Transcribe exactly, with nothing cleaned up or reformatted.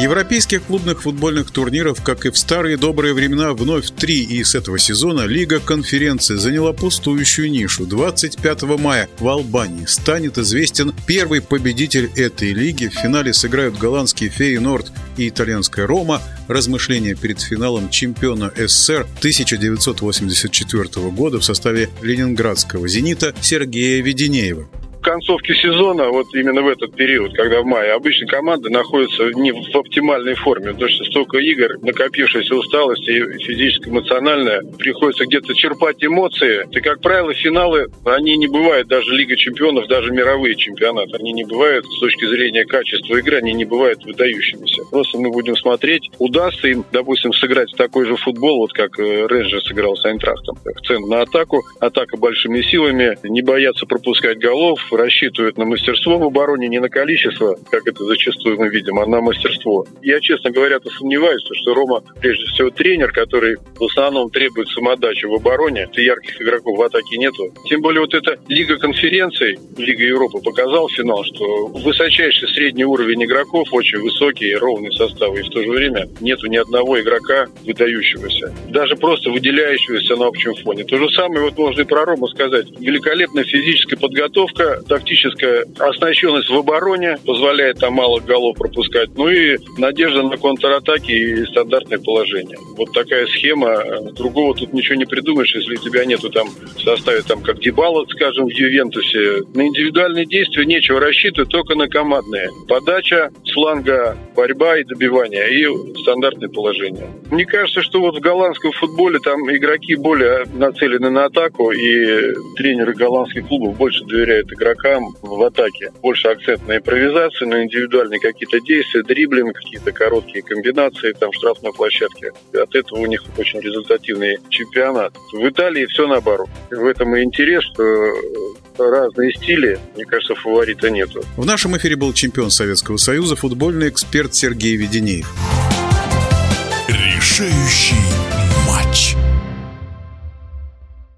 Европейских клубных футбольных турниров, как и в старые добрые времена, вновь три, и с этого сезона Лига конференций заняла пустующую нишу. двадцать пятого мая в Албании станет известен первый победитель этой лиги. В финале сыграют голландский Фейенорд и итальянская Рома. Размышления перед финалом чемпиона СССР тысяча девятьсот восемьдесят четвёртого года в составе ленинградского «Зенита» Сергея Веденеева. В концовке сезона, вот именно в этот период, когда в мае, обычно команды находятся не в оптимальной форме, потому что столько игр, накопившаяся усталость и физическая, эмоциональная, приходится где-то черпать эмоции. И, как правило, финалы, они не бывают, даже Лига чемпионов, даже мировые чемпионаты, они не бывают с точки зрения качества игры, они не бывают выдающимися. Просто мы будем смотреть, удастся им, допустим, сыграть в такой же футбол, вот как Рейнджер сыграл с Айнтрахтом. Акцент на атаку, атака большими силами, не боятся пропускать голов, рассчитывают на мастерство в обороне, не на количество, как это зачастую мы видим, а на мастерство. Я, честно говоря, сомневаюсь, что Рома, прежде всего, тренер, который в основном требует самоотдачи в обороне, ярких игроков в атаке нету. Тем более вот эта Лига конференций, Лига Европы показал финал, что высочайший средний уровень игроков, очень высокий, ровный состав, и в то же время нету ни одного игрока выдающегося, даже просто выделяющегося на общем фоне. То же самое вот можно и про Рому сказать. Великолепная физическая подготовка, тактическая оснащенность в обороне позволяет там мало голов пропускать. Ну и надежда на контратаки и стандартное положение. Вот такая схема. Другого тут ничего не придумаешь, если у тебя нету там в составе, там, как Дибала, скажем, в Ювентусе. На индивидуальные действия нечего рассчитывать, только на командные. Подача с фланга, борьба и добивание, и стандартное положение. Мне кажется, что вот в голландском футболе там игроки более нацелены на атаку, и тренеры голландских клубов больше доверяют игрокам в атаке. Больше акцент на импровизацию, на индивидуальные какие-то действия, дриблинг, какие-то короткие комбинации там в штрафной площадке. От этого у них очень результативный чемпионат. В Италии все наоборот. В этом и интерес, что разные стили. Мне кажется, фаворита нету. В нашем эфире был чемпион Советского Союза, футбольный эксперт Сергей Веденеев. Решающий